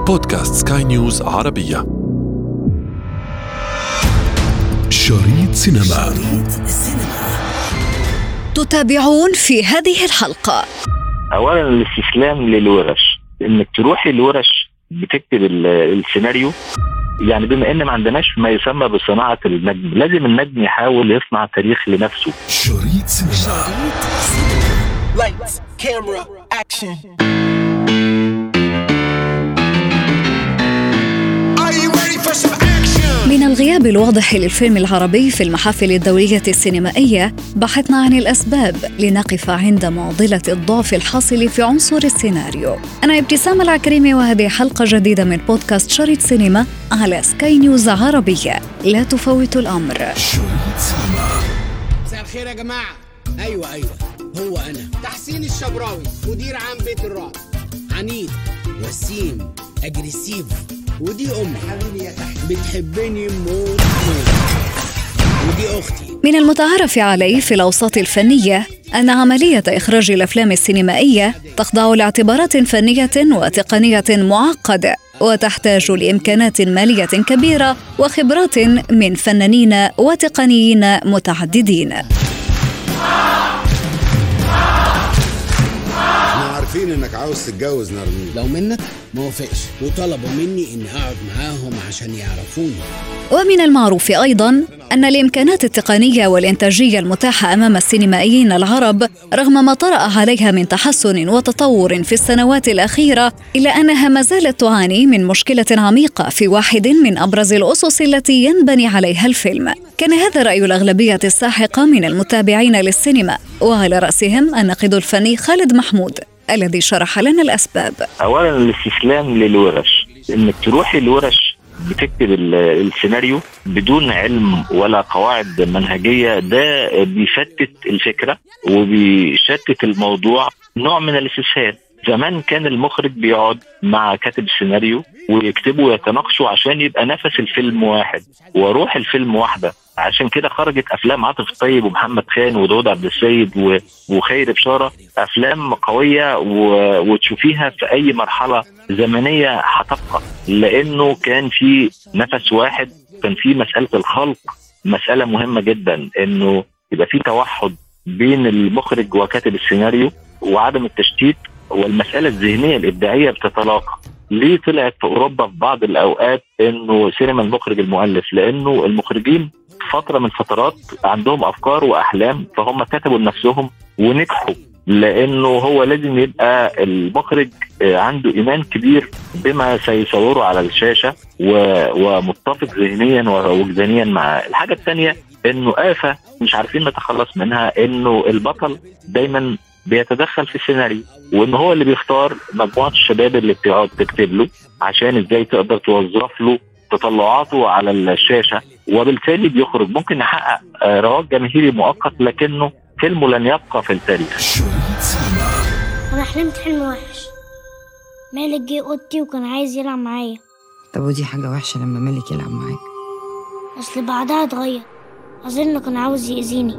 بودكاست سكاي نيوز عربية. شريط سينما. تتابعون في هذه الحلقة. أولا الاستسلام للورش، إنك تروحي الورش بتكتب السيناريو. يعني بما إن ما عندناش ما يسمى بصناعة النجم، لازم النجم يحاول يصنع تاريخ لنفسه. شريط سينما. Lights, camera, action. Are you ready for some action? من الغياب الواضح للفيلم العربي في المحافل الدولية السينمائية، بحثنا عن الأسباب لنقف عند معضلة الضعف الحاصل في عنصر السيناريو. أنا ابتسام العكريمي، وهذه حلقة جديدة من بودكاست شريط سينما على سكاي نيوز عربية. لا تفوتوا الأمر. شريط سينما. مساء الخير يا جماعة. أيوة هو أنا تحسين الشبراوي، مدير عام بيت الرعب. عنيد، وسيم، أجريسيف، ودي أمي حبيبي يا تحت بتحبني موت. ودي أختي. من المتعارف عليه في الأوساط الفنية أن عملية إخراج الأفلام السينمائية تخضع لاعتبارات فنية وتقنية معقدة، وتحتاج لإمكانات مالية كبيرة وخبرات من فنانين وتقنيين متعددين. عارفين انك عاوز تتجوز نرمين، لو منك ما وافقش، وطلبوا مني اني اقعد معاهم عشان يعرفوني. ومن المعروف أيضاً أن الإمكانات التقنية والإنتاجية المتاحة أمام السينمائيين العرب، رغم ما طرأ عليها من تحسن وتطور في السنوات الأخيرة، إلا أنها ما زالت تعاني من مشكلة عميقة في واحد من أبرز الأسس التي ينبني عليها الفيلم. كان هذا رأي الأغلبية الساحقة من المتابعين للسينما، وعلى رأسهم الناقد الفني خالد محمود، الذي شرح لنا الأسباب. أولا الاستسلام للورش، إنك تروحي الورش بتكتب السيناريو بدون علم ولا قواعد منهجية، ده بيشتت الفكرة وبيشتت الموضوع، نوع من الاستسهال. زمان كان المخرج بيقعد مع كاتب السيناريو ويكتبوا ويتناقشوا عشان يبقى نفس الفيلم واحد وروح الفيلم واحدة. عشان كده خرجت أفلام عاطف الطيب ومحمد خان وداود عبد السيد وخير بشارة، أفلام قوية وتشوفيها في أي مرحلة زمنية هتبقى، لأنه كان في نفس واحد. كان في مسألة الخلق، مسألة مهمة جدا، إنه يبقى في توحد بين المخرج وكاتب السيناريو وعدم التشتيت، والمسألة الذهنية الإبداعية بتتلاقى. ليه طلعت في أوروبا في بعض الأوقات إنه سينما المخرج المؤلف؟ لأنه المخرجين فترة من فترات عندهم أفكار وأحلام، فهم كتبوا لنفسهم ونجحوا، لأنه هو لازم يبقى المخرج عنده إيمان كبير بما سيصوره على الشاشة ومتفق ذهنيا ووجدانيا معه. الحاجة الثانية إنه آفة مش عارفين نتخلص منها، إنه البطل دايما بيتدخل في السيناريو، وإنه هو اللي بيختار مجموعة الشباب اللي بتقعد تكتب له عشان إزاي تقدر توظف له تطلعاته على الشاشة، وبالتالي بيخرج ممكن يحقق رواج جماهيري مؤقت، لكنه فيلمه لن يبقى في التاريخ. أنا حلمت حلم وحش. مالك جه أوضتي وكان عايز يلعب معايا. طب ودي حاجة وحشة لما مالك يلعب معاك؟ أصل بعدها اتغير، أظن كان عاوز يأذيني.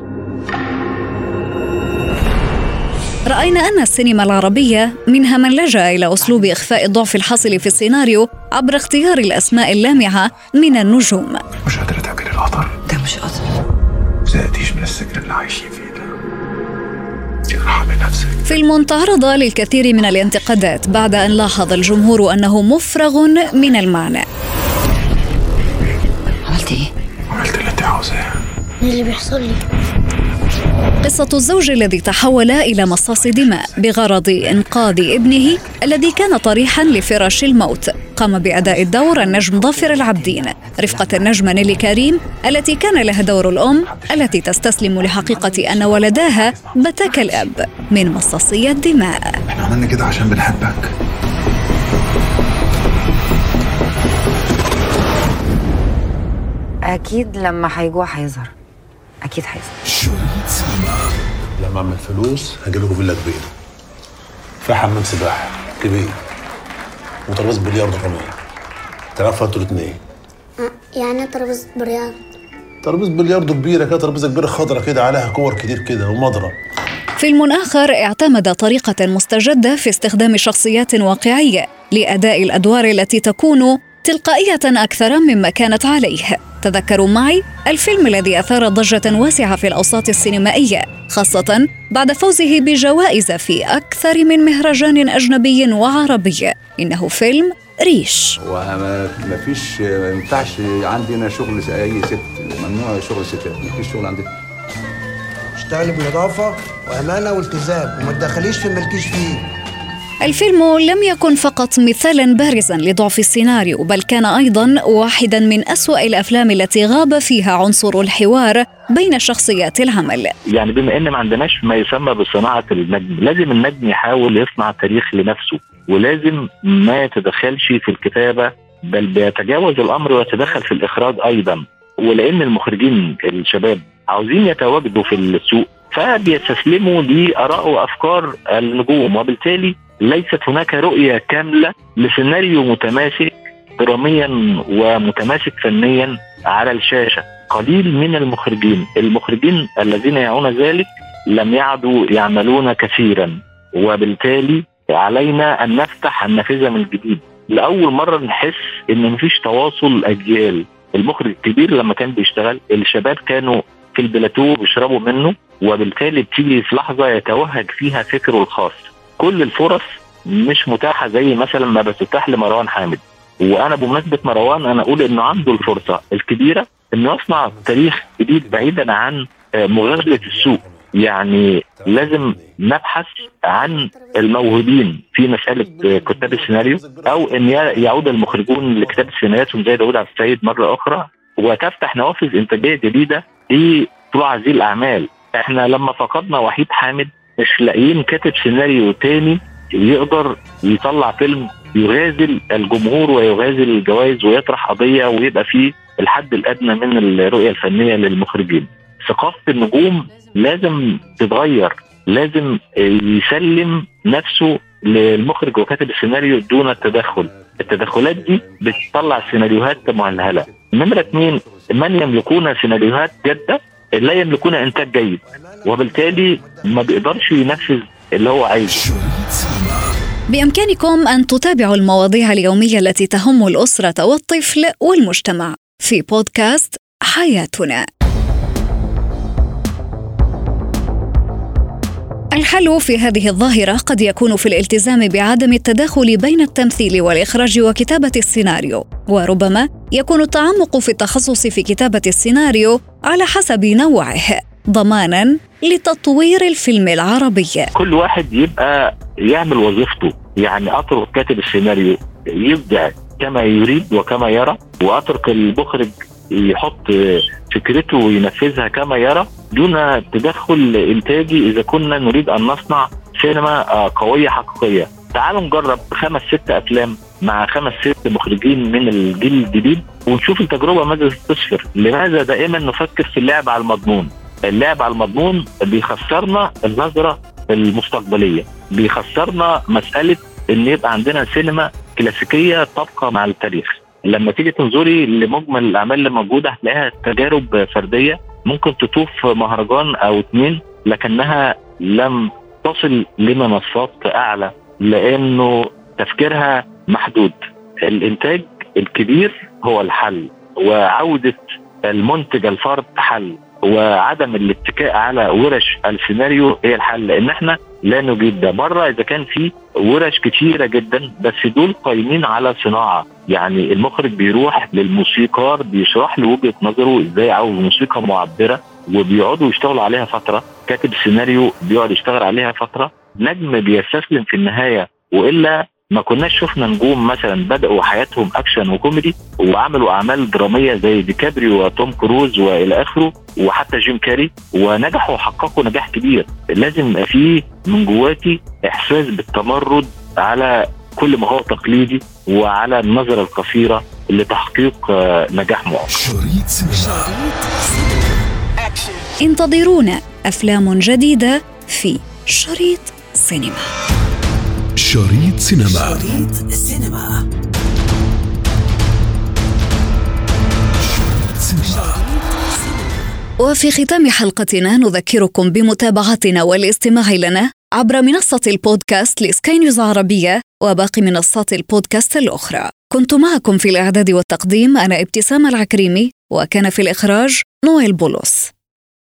رأينا أن السينما العربية منها من لجأ إلى أسلوب إخفاء الضعف الحاصل في السيناريو عبر اختيار الأسماء اللامعة من النجوم. مش قادرة تعملي القطر ده مش قطر، زهقتيش من السجن اللي عايشين فيه ده، ارحمي نفسك. فيلم تعرض للكثير من الانتقادات بعد أن لاحظ الجمهور أنه مفرغ من المعنى. عملت إيه؟ عملت اللي انت عاوزاه. اللي بيحصل لي قصة الزوج الذي تحول إلى مصاص دماء بغرض إنقاذ ابنه الذي كان طريحاً لفراش الموت. قام بأداء الدور النجم ظافر العابدين رفقة النجم نيلي كريم، التي كان لها دور الأم التي تستسلم لحقيقة أن ولداها بتاك الأب من مصاصي الدماء. احنا عملنا كده عشان بنحبك. أكيد لما هيجوع هيظهر، أكيد هيظهر. لما أعمل فلوس هجيلكوا فيلا كبيرة في حمام سباحة كبير وترابيزة بلياردو كمان، تعرفوا انتوا الاتنين؟ يعني ترابيزة بلياردو؟ ترابيزة بلياردو كبيرة كده، ترابيزة كبيرة خضرة كده عليها كور كتير كده ومضرب. فيلم آخر اعتمد طريقة مستجدة في استخدام شخصيات واقعية لأداء الأدوار التي تكون تلقائية أكثر مما كانت عليه. تذكروا معي الفيلم الذي أثار ضجة واسعة في الأوساط السينمائية، خاصة بعد فوزه بجوائز في أكثر من مهرجان أجنبي وعربي. إنه فيلم ريش. وما فيش، ما ينفعش عندنا شغل أي ست، ممنوع شغل ستات، ما فيش شغل عندنا. اشتغلي بنظافة وأمانة والتزام وما تدخليش في ملكيش فيه. الفيلم لم يكن فقط مثالاً بارزاً لضعف السيناريو، بل كان أيضاً واحداً من أسوأ الأفلام التي غاب فيها عنصر الحوار بين شخصيات العمل. يعني بما إن ما عندناش ما يسمى بصناعة النجم، لازم النجم يحاول يصنع تاريخ لنفسه، ولازم ما يتدخلش في الكتابة، بل بيتجاوز الأمر ويتدخل في الإخراج أيضاً. ولأن المخرجين الشباب عاوزين يتواجدوا في السوق، فبيستسلموا لآراء وأفكار النجوم، وبالتالي ليست هناك رؤية كاملة لسيناريو متماسك دراميا ومتماسك فنيا على الشاشة. قليل من المخرجين الذين يعون ذلك لم يعدوا يعملون كثيرا، وبالتالي علينا أن نفتح النافذة من جديد. لأول مرة نحس إن مفيش تواصل أجيال. المخرج الكبير لما كان بيشتغل، الشباب كانوا في البلاتو بيشربوا منه، وبالتالي بتيجي في لحظة يتوهج فيها فكره الخاص. كل الفرص مش متاحة زي مثلا ما بتتاح لمروان حامد. وأنا بمناسبة مروان أنا أقول إنه عنده الفرصة الكبيرة إنه يصنع تاريخ جديد بعيدا عن مغازلة السوق. يعني لازم نبحث عن الموهوبين في مسألة كتاب السيناريو، أو إن يعود المخرجون لكتاب سيناريوهاتهم زي داود عبد السيد مرة أخرى، وتفتح نوافذ إنتاجية جديدة لطلوع هذه الأعمال. إحنا لما فقدنا وحيد حامد مش لاقيين كاتب سيناريو تاني يقدر يطلع فيلم يغازل الجمهور ويغازل الجوائز ويطرح قضية ويبقى فيه الحد الأدنى من الرؤية الفنية للمخرجين. ثقافة النجوم لازم تتغير، لازم يسلم نفسه للمخرج وكاتب السيناريو دون التدخل. التدخلات دي بتطلع سيناريوهات مهلهلة. نمرة 2، من يملكون سيناريوهات جادة لا يملكون إنتاج جيد، وبالتالي ما بيقدرش ينفذ اللي هو عايزه. بإمكانكم أن تتابعوا المواضيع اليومية التي تهم الأسرة والطفل والمجتمع في بودكاست حياتنا. الحل في هذه الظاهرة قد يكون في الالتزام بعدم التداخل بين التمثيل والإخراج وكتابة السيناريو، وربما يكون التعمق في التخصص في كتابة السيناريو على حسب نوعه، ضماناً لتطوير الفيلم العربي. كل واحد يبقى يعمل وظيفته، يعني أترك كاتب السيناريو يبدع كما يريد وكما يرى، وأترك المخرج يحط فكرته وينفذها كما يرى دون تدخل إنتاجي إذا كنا نريد أن نصنع سينما قوية حقيقية. تعالوا نجرب 5-6 أفلام مع 5-6 مخرجين من الجيل الجديد ونشوف التجربة ماذا تسفر. لماذا دائما نفكر في اللعب على المضمون؟ اللعب على المضمون بيخسرنا النظرة المستقبلية، بيخسرنا مسألة إن يبقى عندنا سينما كلاسيكية تبقى مع التاريخ. لما تيجي تنظري لمجمل الأعمال اللي موجودة هتلاقيها تجارب فردية ممكن تطوف مهرجان أو 2، لكنها لم تصل لمنصات أعلى لأنه تفكيرها محدود. الإنتاج الكبير هو الحل، وعودة المنتج الفرد حل، وعدم الاتكاء على ورش السيناريو هي الحل. لأن احنا لا نجيب ده بره. إذا كان في ورش كتيرة جدا بس دول قايمين على صناعة، يعني المخرج بيروح للموسيقار بيشرح له وجهة نظره ازاي عاوز موسيقى معبرة، وبيقعدوا يشتغلوا عليها فترة. كاتب السيناريو بيقعد يشتغل عليها فترة. نجم بيستسلم في النهاية، وإلا ما كناش شفنا نجوم مثلا بدأوا حياتهم أكشن وكوميدي وعملوا أعمال درامية زي ديكابريو وتوم كروز وإلى آخره، وحتى جيم كاري، ونجحوا وحققوا نجاح كبير. لازم فيه من جواتي إحساس بالتمرد على كل ما هو تقليدي وعلى النظرة القصيرة لتحقيق نجاح مؤقت. انتظرونا أفلام جديدة في شريط سينما. شريط سينما. شريط سينما. وفي ختام حلقتنا نذكركم بمتابعتنا والاستماع لنا عبر منصة البودكاست لسكاي نيوز عربية وباقي منصات البودكاست الأخرى. كنت معكم في الإعداد والتقديم أنا ابتسام العكريمي، وكان في الإخراج نويل بولس.